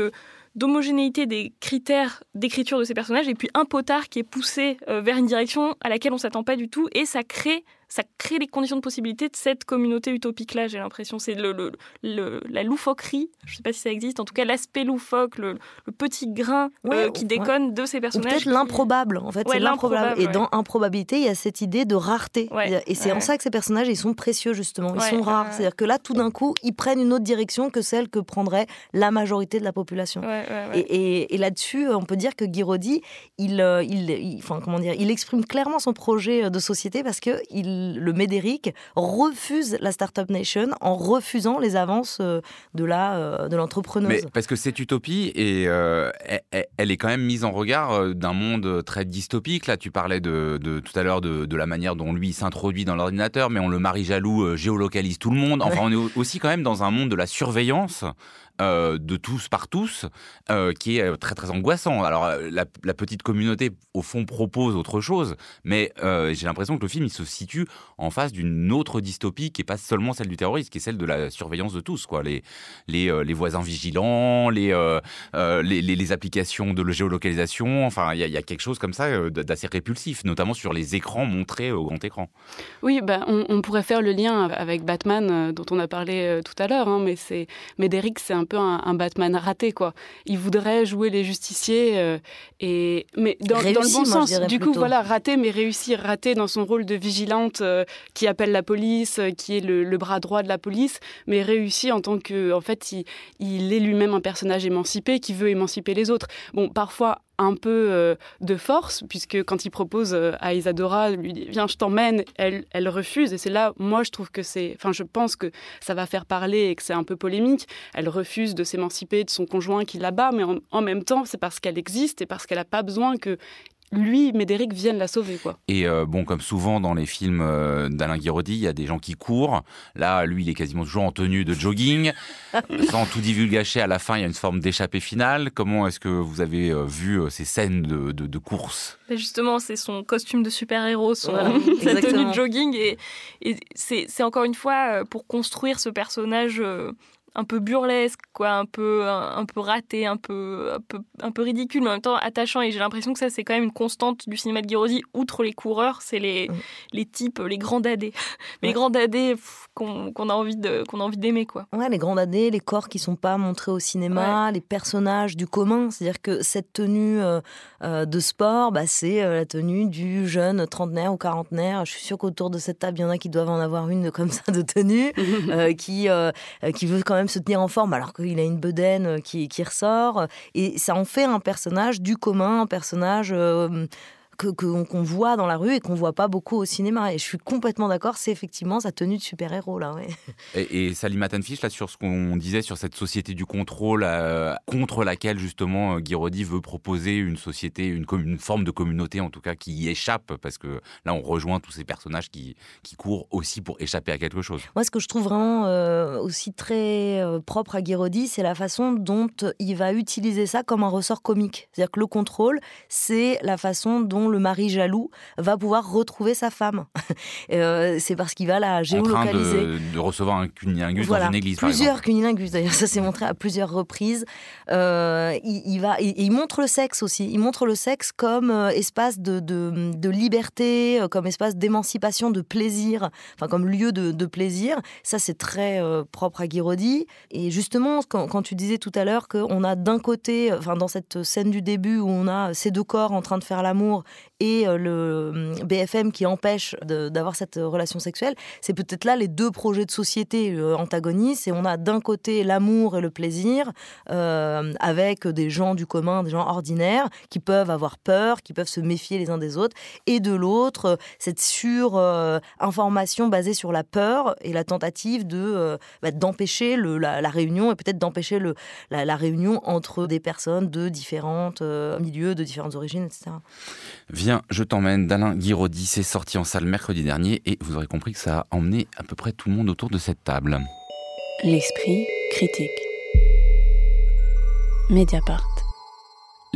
d'homogénéité des critères d'écriture de ces personnages et puis un potard qui est poussé euh, vers une direction à laquelle on ne s'attend pas du tout et ça crée, ça crée les conditions de possibilité de cette communauté utopique-là, j'ai l'impression. C'est le, le, le, la loufoquerie, je ne sais pas si ça existe, en tout cas l'aspect loufoque, le, le petit grain ouais, euh, qui déconne ouais. de ces personnages. Ou peut-être qui... l'improbable, en fait, ouais, c'est l'improbable. l'improbable. Et ouais. dans improbabilité, il y a cette idée de rareté. Ouais, et c'est ouais. en ça que ces personnages, ils sont précieux, justement. Ils ouais, sont rares. Ouais. C'est-à-dire que là, tout d'un coup, ils prennent une autre direction que celle que prendrait la majorité de la population. Ouais, ouais, ouais. Et, et, et là-dessus, on peut dire que Guy-Rodi, il, il, il, enfin, comment dire, il exprime clairement son projet de société parce que il, le Médéric refuse la Startup Nation en refusant les avances de, la, de l'entrepreneuse. Mais parce que cette utopie, est, euh, elle, elle est quand même mise en regard d'un monde très dystopique. Là, tu parlais de, de, tout à l'heure de, de la manière dont lui s'introduit dans l'ordinateur, mais on le mari jaloux euh, géolocalise tout le monde. Enfin, on est aussi quand même dans un monde de la surveillance euh, de tous par tous, euh, qui est très très angoissant. Alors la, la petite communauté au fond propose autre chose, mais euh, j'ai l'impression que le film il se situe en face d'une autre dystopie qui est pas seulement celle du terrorisme, qui est celle de la surveillance de tous, quoi. Les les, euh, les voisins vigilants, les, euh, euh, les les les applications de géolocalisation. Enfin, il y, y a quelque chose comme ça euh, d'assez répulsif, notamment sur les écrans montrés au grand écran. Oui, bah, on, on pourrait faire le lien avec Batman euh, dont on a parlé euh, tout à l'heure, hein, mais c'est Médéric, c'est un peu un, un Batman raté, quoi. Il voudrait jouer les justiciers, euh, et mais dans, réussi, dans le bon moi, sens. Du plutôt. coup, voilà, raté, mais réussi, raté dans son rôle de vigilante euh, qui appelle la police, euh, qui est le, le bras droit de la police, mais réussi en tant que, en fait, il, il est lui-même un personnage émancipé qui veut émanciper les autres. Bon, parfois un peu euh, de force, puisque quand il propose euh, à Isadora, lui dit « Viens, je t'emmène », elle, elle refuse. Et c'est là, moi, je trouve que c'est... Enfin, je pense que ça va faire parler et que c'est un peu polémique. Elle refuse de s'émanciper de son conjoint qui la bat, mais en, en même temps, c'est parce qu'elle existe et parce qu'elle n'a pas besoin que lui, Médéric, vienne la sauver, quoi. Et euh, bon, comme souvent dans les films euh, d'Alain Guy-Rodi, il y a des gens qui courent. Là, lui, il est quasiment toujours en tenue de jogging. Sans tout divulgacher, à la fin, il y a une forme d'échappée finale. Comment est-ce que vous avez euh, vu euh, ces scènes de, de, de course ? Et justement, c'est son costume de super-héros, son, voilà, sa tenue de jogging. Et, et c'est, c'est encore une fois pour construire ce personnage... Euh, un peu burlesque, quoi, un peu, un, un peu raté, un peu, un, peu, un peu ridicule, mais en même temps attachant. Et j'ai l'impression que ça, c'est quand même une constante du cinéma de Guy-Rodi. Outre les coureurs, c'est les, mmh. les types, les grands dadés. Mais ouais. Les grands dadés pff, qu'on, qu'on, a envie de, qu'on a envie d'aimer, quoi. Ouais, les grands dadés, les corps qui ne sont pas montrés au cinéma, ouais. Les personnages du commun. C'est-à-dire que cette tenue euh, euh, de sport, bah, c'est euh, la tenue du jeune trentenaire ou quarantenaire. Je suis sûre qu'autour de cette table, il y en a qui doivent en avoir une de, comme ça de tenue, euh, qui, euh, qui veut quand même se tenir en forme alors qu'il a une bedaine qui, qui ressort, et ça en fait un personnage du commun, un personnage euh, que, que, qu'on voit dans la rue et qu'on voit pas beaucoup au cinéma. Et je suis complètement d'accord, c'est effectivement sa tenue de super-héros là. Ouais. Et, et Sally Mattenfish, là, sur ce qu'on disait sur cette société du contrôle euh, contre laquelle justement Guy-Rodi veut proposer une société, une, une forme de communauté en tout cas qui y échappe, parce que là on rejoint tous ces personnages qui, qui courent aussi pour échapper à quelque chose. Moi, ce que je trouve vraiment euh, aussi très euh, propre à Guy-Rodi, c'est la façon dont il va utiliser ça comme un ressort comique. C'est-à-dire que le contrôle, c'est la façon dont le mari jaloux va pouvoir retrouver sa femme. euh, c'est parce qu'il va la géolocaliser. En train de, de recevoir un cunilingus voilà. dans une église, plusieurs cunilingus, d'ailleurs, ça s'est montré à plusieurs reprises. Euh, il, il, va, il, il montre le sexe aussi. Il montre le sexe comme euh, espace de, de, de liberté, euh, comme espace d'émancipation, de plaisir, enfin comme lieu de, de plaisir. Ça, c'est très euh, propre à Guy-Rodi. Et justement, quand, quand tu disais tout à l'heure qu'on a d'un côté, enfin dans cette scène du début où on a ces deux corps en train de faire l'amour et le B F M qui empêche de, d'avoir cette relation sexuelle, c'est peut-être là les deux projets de société euh, antagonistes. Et on a d'un côté l'amour et le plaisir euh, avec des gens du commun, des gens ordinaires qui peuvent avoir peur, qui peuvent se méfier les uns des autres. Et de l'autre, cette sur-information euh, basée sur la peur et la tentative de, euh, bah, d'empêcher le, la, la réunion et peut-être d'empêcher le, la, la réunion entre des personnes de différents euh, milieux, de différentes origines, et cetera. Viens, je t'emmène d'Alain Guy-Rodi, c'est sorti en salle mercredi dernier et vous aurez compris que ça a emmené à peu près tout le monde autour de cette table. L'esprit critique. Mediapart. Les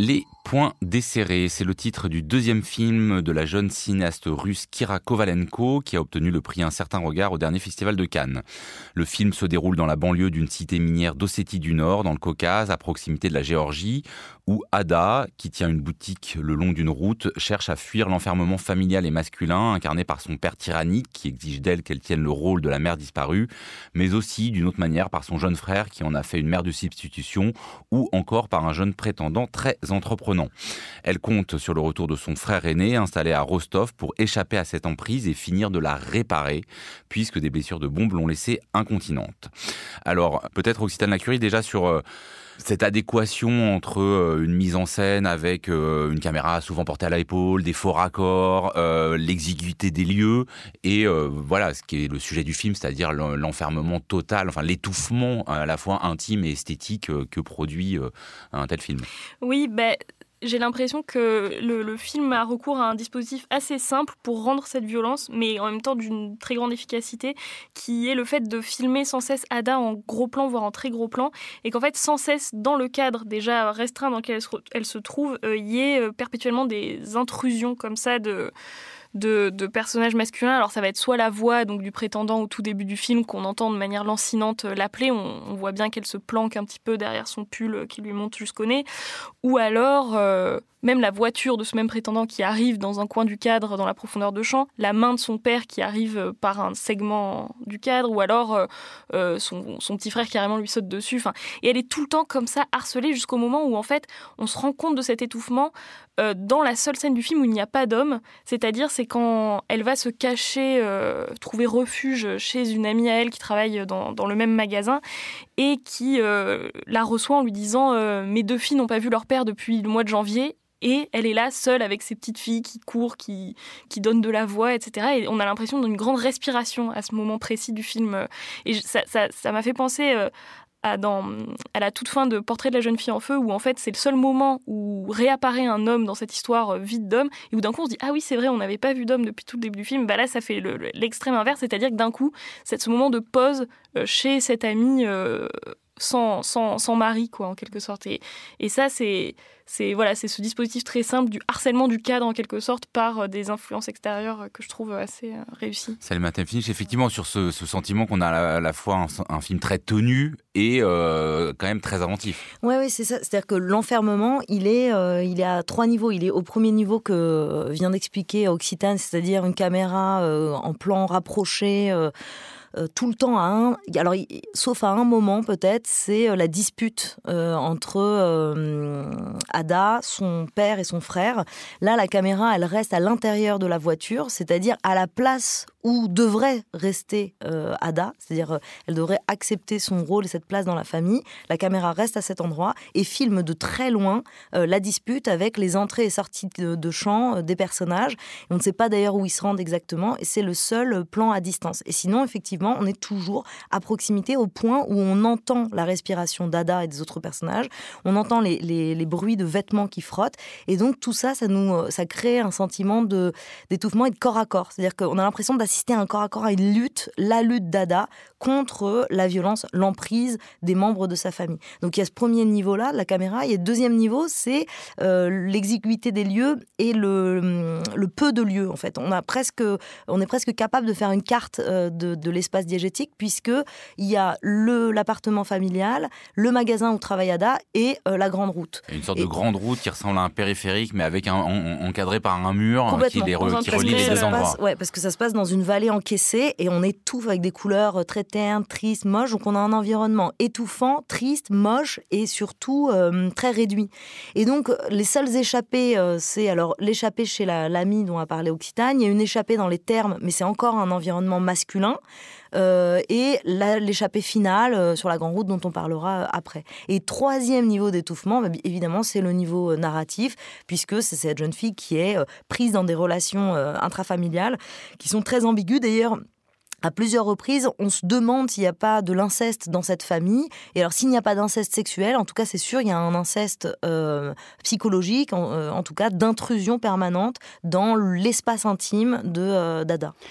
Point desserré, c'est le titre du deuxième film de la jeune cinéaste russe Kira Kovalenko qui a obtenu le prix Un certain regard au dernier festival de Cannes. Le film se déroule dans la banlieue d'une cité minière d'Ossétie du Nord, dans le Caucase, à proximité de la Géorgie, où Ada, qui tient une boutique le long d'une route, cherche à fuir l'enfermement familial et masculin incarné par son père tyrannique qui exige d'elle qu'elle tienne le rôle de la mère disparue, mais aussi d'une autre manière par son jeune frère qui en a fait une mère de substitution ou encore par un jeune prétendant très entreprenant. Elle compte sur le retour de son frère aîné installé à Rostov pour échapper à cette emprise et finir de la réparer puisque des blessures de bombe l'ont laissée incontinente. Alors peut-être Occitane Lacurie déjà sur euh, cette adéquation entre euh, une mise en scène avec euh, une caméra souvent portée à l'épaule, des faux raccords, euh, l'exiguïté des lieux et euh, voilà ce qui est le sujet du film, c'est-à-dire l'enfermement total, enfin l'étouffement à la fois intime et esthétique euh, que produit euh, un tel film. Oui, ben... j'ai l'impression que le, le film a recours à un dispositif assez simple pour rendre cette violence, mais en même temps d'une très grande efficacité, qui est le fait de filmer sans cesse Ada en gros plan, voire en très gros plan, et qu'en fait, sans cesse, dans le cadre déjà restreint dans lequel elle se, elle se trouve, il euh, y ait euh, perpétuellement des intrusions comme ça de... De, de personnages masculins. Alors ça va être soit la voix donc du prétendant au tout début du film qu'on entend de manière lancinante l'appeler, on, on voit bien qu'elle se planque un petit peu derrière son pull qui lui monte jusqu'au nez, ou alors euh, même la voiture de ce même prétendant qui arrive dans un coin du cadre dans la profondeur de champ, la main de son père qui arrive par un segment du cadre, ou alors euh, son, son petit frère qui carrément lui saute dessus. Enfin, et elle est tout le temps comme ça harcelée jusqu'au moment où en fait on se rend compte de cet étouffement euh, dans la seule scène du film où il n'y a pas d'homme, c'est-à-dire c'est quand elle va se cacher, euh, trouver refuge chez une amie à elle qui travaille dans, dans le même magasin et qui euh, la reçoit en lui disant euh, « Mes deux filles n'ont pas vu leur père depuis le mois de janvier ». Et elle est là, seule, avec ses petites filles qui courent, qui, qui donnent de la voix, et cetera. Et on a l'impression d'une grande respiration à ce moment précis du film. Et ça, ça, ça m'a fait penser euh, à, dans, à la toute fin de Portrait de la jeune fille en feu, où en fait c'est le seul moment où réapparaît un homme dans cette histoire vide d'homme, et où d'un coup on se dit « Ah oui, c'est vrai, on n'avait pas vu d'homme depuis tout le début du film ». Bah là, ça fait le, le, l'extrême inverse, c'est-à-dire que d'un coup, c'est ce moment de pause euh, chez cette amie euh, sans, sans, sans mari, quoi, en quelque sorte. Et, et ça, c'est... C'est, voilà, c'est ce dispositif très simple du harcèlement du cadre en quelque sorte par des influences extérieures que je trouve assez euh, réussi. Salma Temfinich, effectivement sur ce, ce sentiment qu'on a à la, à la fois un, un film très tenu et euh, quand même très inventif. Oui, ouais, c'est ça. C'est-à-dire que l'enfermement, il est, euh, il est à trois niveaux. Il est au premier niveau que vient d'expliquer Occitane, c'est-à-dire une caméra euh, en plan rapproché, euh, Euh, tout le temps à un, alors sauf à un moment peut-être, c'est euh, la dispute euh, entre euh, Ada, son père et son frère. Là, la caméra, elle reste à l'intérieur de la voiture, c'est-à-dire à la place où devrait rester euh, Ada, c'est-à-dire euh, elle devrait accepter son rôle et cette place dans la famille. La caméra reste à cet endroit et filme de très loin euh, la dispute avec les entrées et sorties de, de champ euh, des personnages. Et on ne sait pas d'ailleurs où ils se rendent exactement et c'est le seul plan à distance. Et sinon, effectivement, on est toujours à proximité au point où on entend la respiration d'Ada et des autres personnages, on entend les, les, les bruits de vêtements qui frottent, et donc tout ça, ça, nous, ça crée un sentiment de, d'étouffement et de corps à corps. C'est-à-dire qu'on a l'impression d'assister à un corps à corps, à une lutte, la lutte d'Ada contre la violence, l'emprise des membres de sa famille. Donc il y a ce premier niveau-là, la caméra, et le deuxième niveau, c'est euh, l'exiguïté des lieux et le, le peu de lieux, en fait. On, a presque, on est presque capable de faire une carte euh, de, de l'espace diégétique, puisqu'il y a le, l'appartement familial, le magasin où travaille Ada et euh, la grande route. Une sorte et, de grande route qui ressemble à un périphérique, mais avec un, en, encadré par un mur qui, les re, qui relie les deux endroits. Oui, parce que ça se passe dans une vallée encaissée et on étouffe avec des couleurs très ternes, tristes, moches. Donc on a un environnement étouffant, triste, moche et surtout euh, très réduit. Et donc les seules échappées, euh, c'est alors l'échappée chez la, l'amie dont a parlé Occitane. Il y a une échappée dans les thermes, mais c'est encore un environnement masculin. Euh, et la, l'échappée finale euh, sur la grande route dont on parlera euh, après. Et troisième niveau d'étouffement, bah, évidemment, c'est le niveau euh, narratif, puisque c'est cette jeune fille qui est euh, prise dans des relations euh, intrafamiliales qui sont très ambiguës. D'ailleurs, à plusieurs reprises, on se demande s'il n'y a pas de l'inceste dans cette famille. Et alors, s'il n'y a pas d'inceste sexuel, en tout cas, c'est sûr, il y a un inceste euh, psychologique, en, euh, en tout cas, d'intrusion permanente dans l'espace intime de, euh, d'Ada.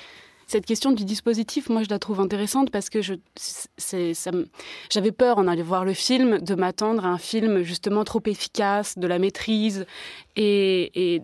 Cette question du dispositif, moi, je la trouve intéressante parce que je, c'est, ça, j'avais peur, en allant voir le film, de m'attendre à un film justement trop efficace, de la maîtrise et, et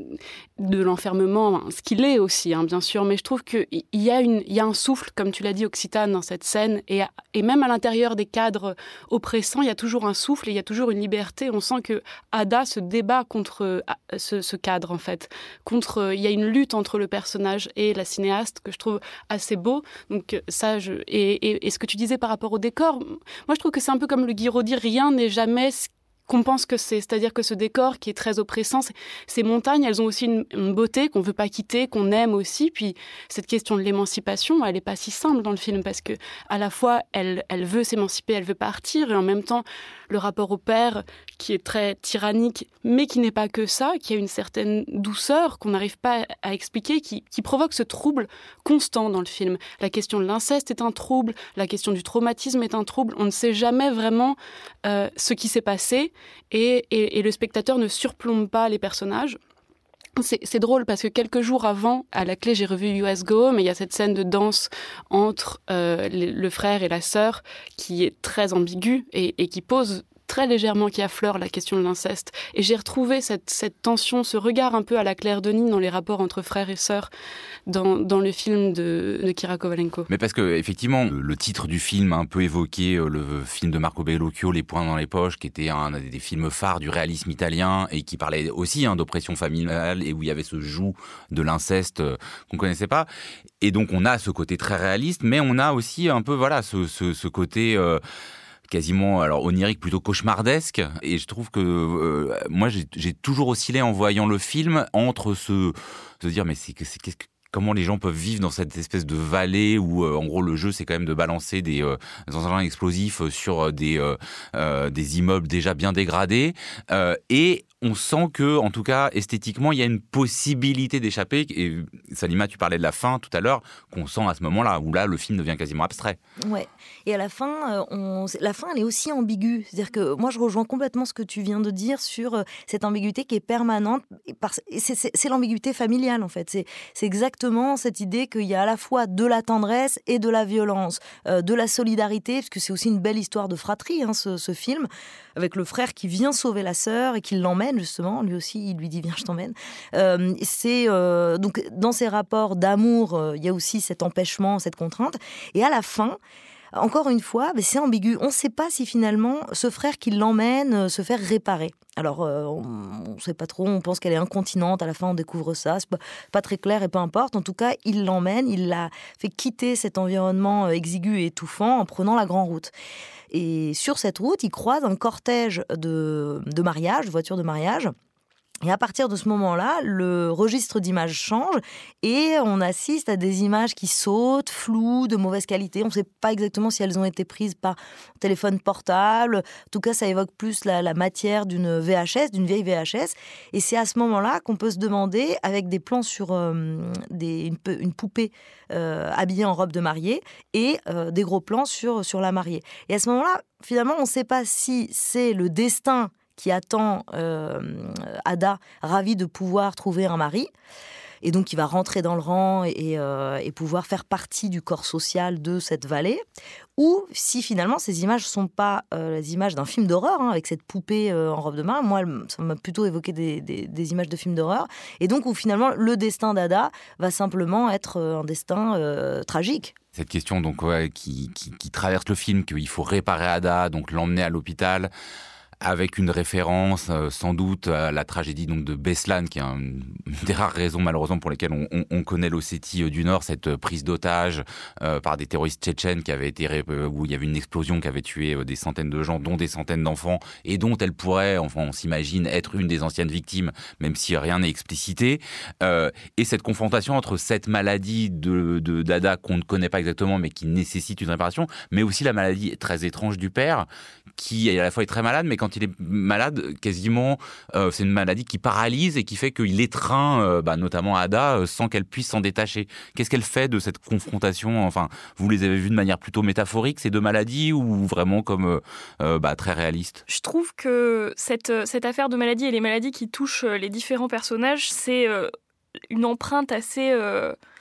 de l'enfermement, ce qu'il est aussi, hein, bien sûr. Mais je trouve qu'il y a, une, il y a un souffle, comme tu l'as dit, Occitane, dans cette scène. Et, et même à l'intérieur des cadres oppressants, il y a toujours un souffle et il y a toujours une liberté. On sent que Ada se débat contre ce, ce cadre, en fait. Contre, il y a une lutte entre le personnage et la cinéaste que je trouve assez beau. Donc ça, je... et, et, et ce que tu disais par rapport au décor, moi je trouve que c'est un peu comme le Guiraud dit, rien n'est jamais ce qu'on pense que c'est. C'est-à-dire que ce décor qui est très oppressant, ces montagnes, elles ont aussi une, une beauté qu'on ne veut pas quitter, qu'on aime aussi. Puis cette question de l'émancipation, elle n'est pas si simple dans le film parce que à la fois, elle, elle veut s'émanciper, elle veut partir, et en même temps, le rapport au père qui est très tyrannique, mais qui n'est pas que ça, qui a une certaine douceur qu'on n'arrive pas à expliquer, qui, qui provoque ce trouble constant dans le film. La question de l'inceste est un trouble, la question du traumatisme est un trouble. On ne sait jamais vraiment euh, ce qui s'est passé et, et, et le spectateur ne surplombe pas les personnages. C'est, c'est drôle parce que quelques jours avant, à la clé, j'ai revu U S Go Home et il y a cette scène de danse entre euh, le, le frère et la sœur qui est très ambiguë et, et qui pose très légèrement, qui affleure la question de l'inceste. Et j'ai retrouvé cette, cette tension, ce regard un peu à la Claire Denis dans les rapports entre frères et sœurs dans, dans le film de, de Kira Kovalenko. Mais parce que, effectivement, le titre du film a un peu évoqué le film de Marco Bellocchio, Les poings dans les poches, qui était un des films phares du réalisme italien et qui parlait aussi hein, d'oppression familiale et où il y avait ce joug de l'inceste qu'on connaissait pas. Et donc, on a ce côté très réaliste, mais on a aussi un peu, voilà, ce, ce, ce côté... Euh, quasiment alors onirique, plutôt cauchemardesque, et je trouve que euh, moi j'ai, j'ai toujours oscillé en voyant le film entre ce se dire mais c'est que c'est qu'est-ce que comment les gens peuvent vivre dans cette espèce de vallée où, euh, en gros, le jeu, c'est quand même de balancer des, euh, des engins explosifs sur des, euh, euh, des immeubles déjà bien dégradés. Euh, et on sent que, en tout cas, esthétiquement, il y a une possibilité d'échapper. Et Salima, tu parlais de la fin tout à l'heure, qu'on sent à ce moment-là, où là, le film devient quasiment abstrait. Ouais. Et à la fin, on... la fin, elle est aussi ambiguë. C'est-à-dire que moi, je rejoins complètement ce que tu viens de dire sur cette ambiguïté qui est permanente. Et c'est, c'est, c'est l'ambiguïté familiale, en fait. C'est, c'est exactement cette idée qu'il y a à la fois de la tendresse et de la violence, euh, de la solidarité, parce que c'est aussi une belle histoire de fratrie, hein, ce, ce film, avec le frère qui vient sauver la sœur et qui l'emmène, justement. Lui aussi, il lui dit « Viens, je t'emmène euh, ». C'est, euh, donc, dans ces rapports d'amour, euh, il y a aussi cet empêchement, cette contrainte. Et à la fin... Encore une fois, c'est ambigu. On ne sait pas si finalement ce frère qui l'emmène se fait réparer. Alors, euh, on ne sait pas trop, on pense qu'elle est incontinente, à la fin on découvre ça, c'est pas, pas très clair et peu importe. En tout cas, il l'emmène, il la fait quitter cet environnement exigu et étouffant en prenant la grande route. Et sur cette route, il croise un cortège de, de mariage, de voitures de mariage. Et à partir de ce moment-là, le registre d'images change et on assiste à des images qui sautent, floues, de mauvaise qualité. On ne sait pas exactement si elles ont été prises par téléphone portable. En tout cas, ça évoque plus la, la matière d'une V H S, d'une vieille V H S. Et c'est à ce moment-là qu'on peut se demander, avec des plans sur euh, des, une, une poupée euh, habillée en robe de mariée et euh, des gros plans sur, sur la mariée. Et à ce moment-là, finalement, on ne sait pas si c'est le destin qui attend euh, Ada, ravie de pouvoir trouver un mari, et donc qui va rentrer dans le rang et, euh, et pouvoir faire partie du corps social de cette vallée, ou si finalement ces images ne sont pas euh, les images d'un film d'horreur, hein, avec cette poupée euh, en robe de mariée. Moi, ça m'a plutôt évoqué des, des, des images de films d'horreur, et donc où finalement le destin d'Ada va simplement être un destin euh, tragique. Cette question donc, ouais, qui, qui, qui traverse le film, qu'il faut réparer Ada, donc l'emmener à l'hôpital, avec une référence euh, sans doute à la tragédie donc de Beslan, qui est un, une des rares raisons malheureusement pour lesquelles on, on, on connaît l'Ossétie euh, du Nord, cette euh, prise d'otage euh, par des terroristes tchétchènes qui avait été euh, où il y avait une explosion qui avait tué euh, des centaines de gens, dont des centaines d'enfants, et dont elle pourrait, enfin on s'imagine, être une des anciennes victimes, même si rien n'est explicité. Euh, et cette confrontation entre cette maladie de, de d'Ada qu'on ne connaît pas exactement, mais qui nécessite une réparation, mais aussi la maladie très étrange du père, qui à la fois est très malade, mais quand il est malade, quasiment, euh, c'est une maladie qui paralyse et qui fait qu'il étreint, euh, bah, notamment Ada, euh, sans qu'elle puisse s'en détacher. Qu'est-ce qu'elle fait de cette confrontation ? Enfin, vous les avez vues de manière plutôt métaphorique, ces deux maladies, ou vraiment comme euh, euh, bah, très réaliste ? Je trouve que cette, cette affaire de maladie et les maladies qui touchent les différents personnages, c'est euh, une empreinte assez... Euh...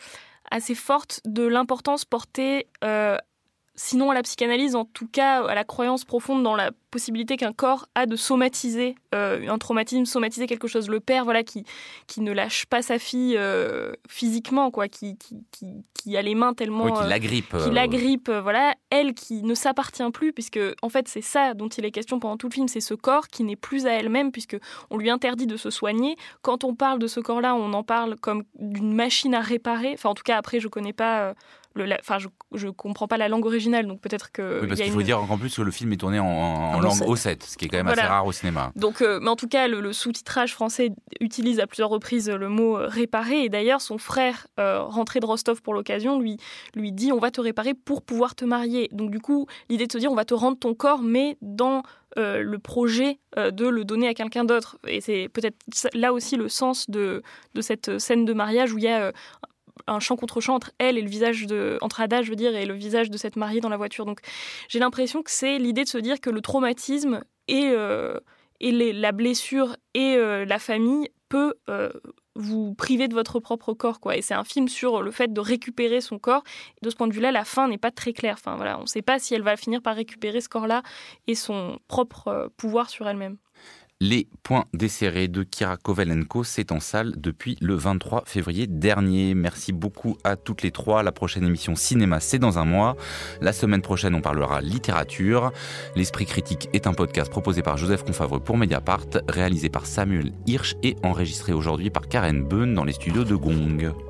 assez forte de l'importance portée, euh, sinon à la psychanalyse, en tout cas à la croyance profonde dans la possibilité qu'un corps a de somatiser euh, un traumatisme, somatiser quelque chose. Le père, voilà, qui, qui ne lâche pas sa fille euh, physiquement, quoi, qui, qui, qui, qui a les mains tellement... Oui, qui l'agrippe. Euh, qui l'agrippe, euh, voilà. Elle qui ne s'appartient plus, puisque en fait c'est ça dont il est question pendant tout le film, c'est ce corps qui n'est plus à elle-même, puisque on lui interdit de se soigner. Quand on parle de ce corps-là, on en parle comme d'une machine à réparer. Enfin, en tout cas, après, je connais pas... Euh, Le, la, enfin, je, je comprends pas la langue originale, donc peut-être que. Oui, parce y a qu'il faut une... dire en plus que le film est tourné en, en, en langue ossète, ce qui est quand même voilà. assez rare au cinéma. Donc, euh, mais en tout cas, le, le sous-titrage français utilise à plusieurs reprises le mot euh, réparer. Et d'ailleurs, son frère, euh, rentré de Rostov pour l'occasion, lui, lui dit on va te réparer pour pouvoir te marier. Donc, du coup, l'idée de se dire on va te rendre ton corps, mais dans euh, le projet euh, de le donner à quelqu'un d'autre. Et c'est peut-être là aussi le sens de, de cette scène de mariage où il y a. Euh, un champ contre champ entre elle et le visage de entre Ada, je veux dire, et le visage de cette mariée dans la voiture. Donc j'ai l'impression que c'est l'idée de se dire que le traumatisme et euh, et les, la blessure et euh, la famille peut euh, vous priver de votre propre corps, quoi. Et c'est un film sur le fait de récupérer son corps. Et de ce point de vue-là, la fin n'est pas très claire. Enfin voilà, on ne sait pas si elle va finir par récupérer ce corps-là et son propre euh, pouvoir sur elle-même. Les points desserrés de Kira Kovalenko, c'est en salle depuis le vingt-trois février dernier. Merci beaucoup à toutes les trois. La prochaine émission Cinéma, c'est dans un mois. La semaine prochaine, on parlera littérature. L'Esprit critique est un podcast proposé par Joseph Confavreux pour Mediapart, réalisé par Samuel Hirsch et enregistré aujourd'hui par Karen Beun dans les studios de Gong.